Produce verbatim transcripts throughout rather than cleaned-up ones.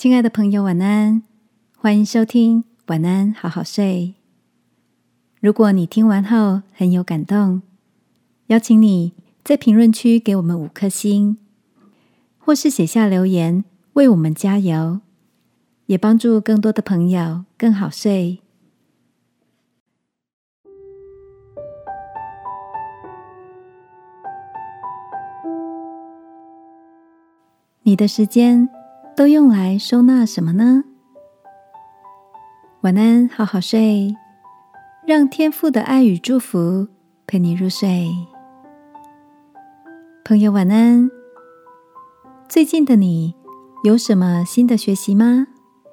亲爱的朋友，晚安，欢迎收听晚安好好睡。如果你听完后很有感动，邀请你在评论区给我们五颗星，或是写下留言为我们加油，也帮助更多的朋友更好睡。你的时间都用来收纳什么呢？晚安，好好睡，让天父的爱与祝福陪你入睡。朋友晚安，最近的你有什么新的学习吗？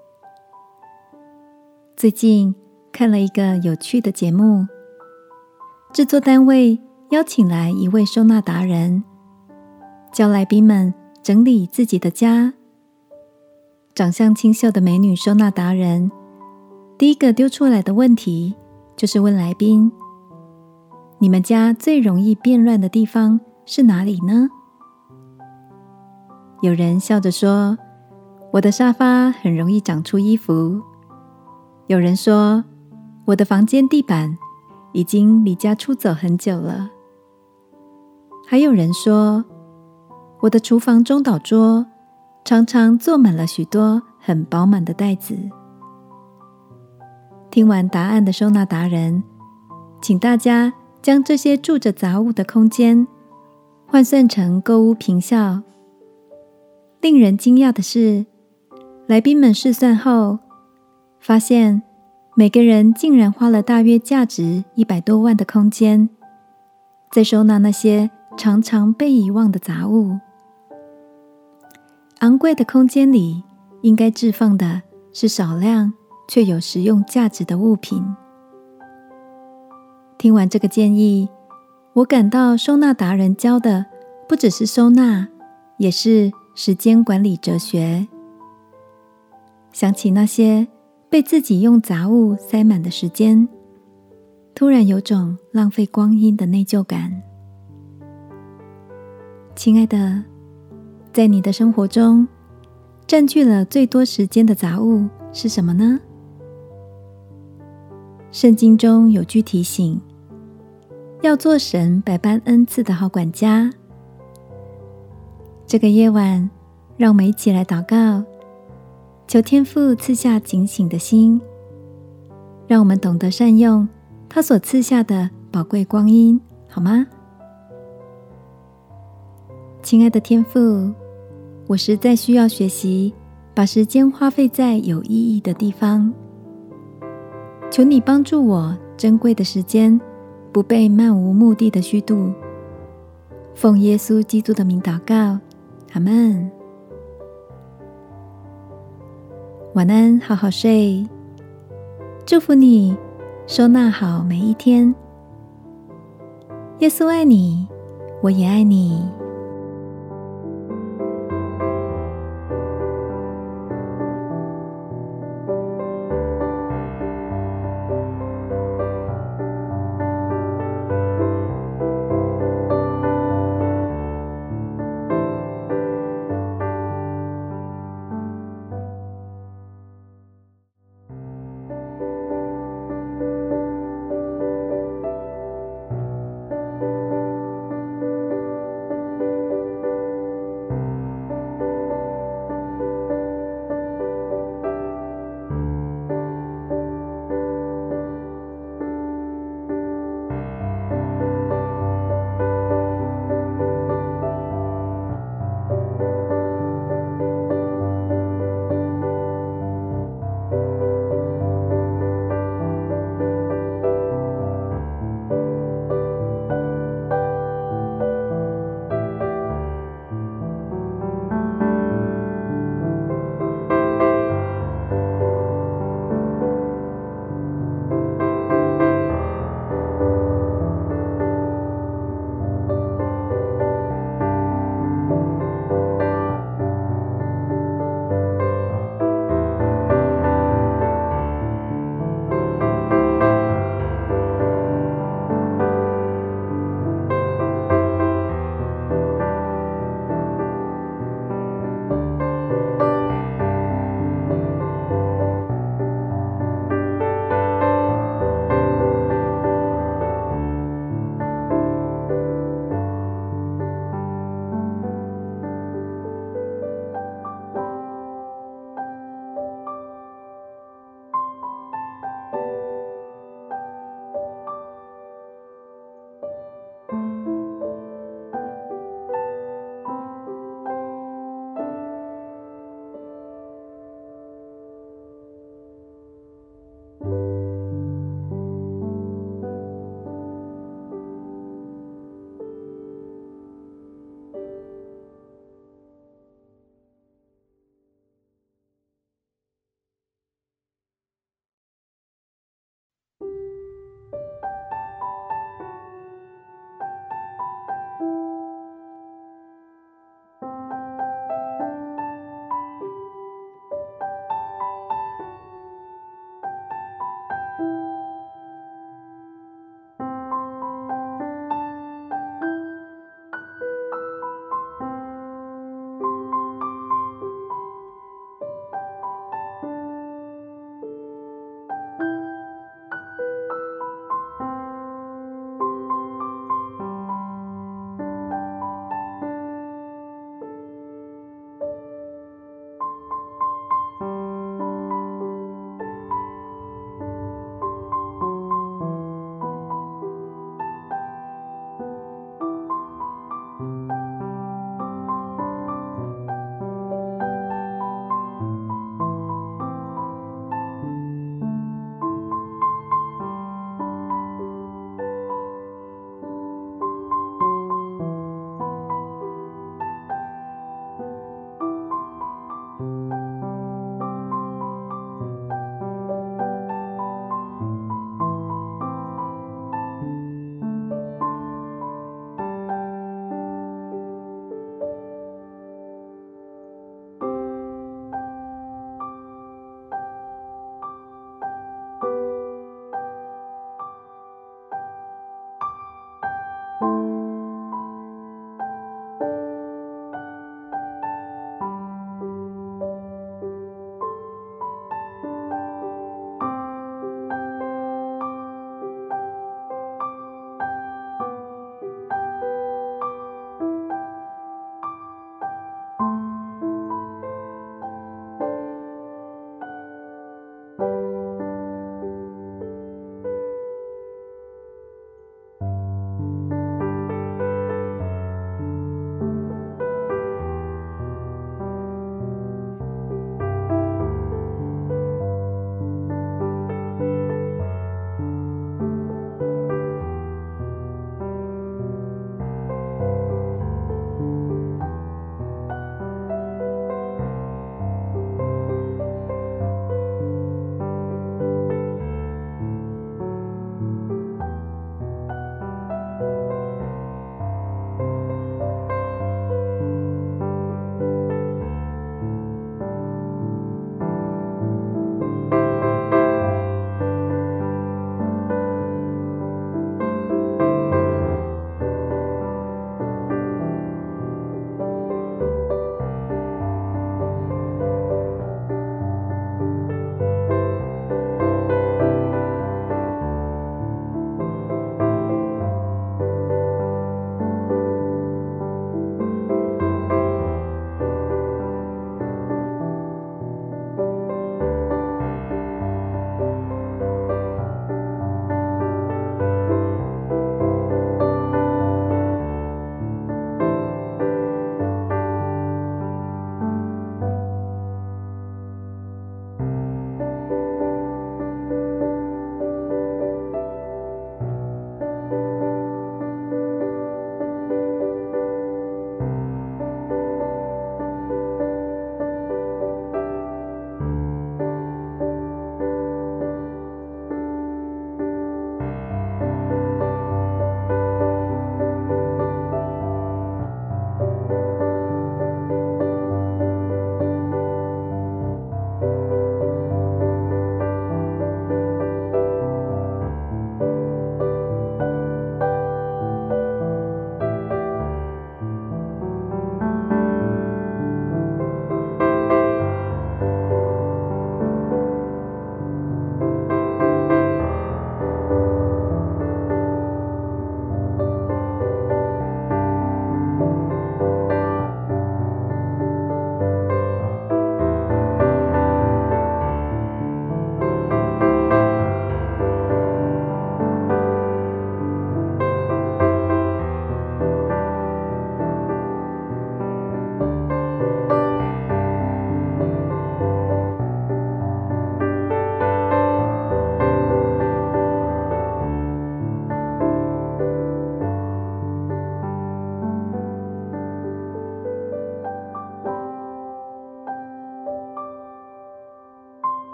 最近看了一个有趣的节目，制作单位邀请来一位收纳达人，教来宾们整理自己的家。长相清秀的美女收纳达人第一个丢出来的问题就是问来宾，你们家最容易变乱的地方是哪里呢？有人笑着说，我的沙发很容易长出衣服。有人说，我的房间地板已经离家出走很久了。还有人说，我的厨房中岛桌常常坐满了许多很饱满的袋子。听完答案的收纳达人，请大家将这些住着杂物的空间换算成购物坪效。令人惊讶的是，来宾们试算后，发现每个人竟然花了大约价值一百多万的空间，在收纳那些常常被遗忘的杂物。昂贵的空间里，应该置放的是少量却有实用价值的物品。听完这个建议，我感到收纳达人教的不只是收纳，也是时间管理哲学。想起那些被自己用杂物塞满的时间，突然有种浪费光阴的内疚感。亲爱的，在你的生活中，占据了最多时间的杂物是什么呢？圣经中有句提醒，要做神百般恩赐的好管家。这个夜晚，让我们一起来祷告，求天父赐下警醒的心，让我们懂得善用他所赐下的宝贵光阴，好吗？亲爱的天父，我实在需要学习把时间花费在有意义的地方。求你帮助我珍贵的时间不被漫无目的的虚度。奉耶稣基督的名祷告，阿们。晚安，好好睡。祝福你收纳好每一天。耶稣爱你，我也爱你。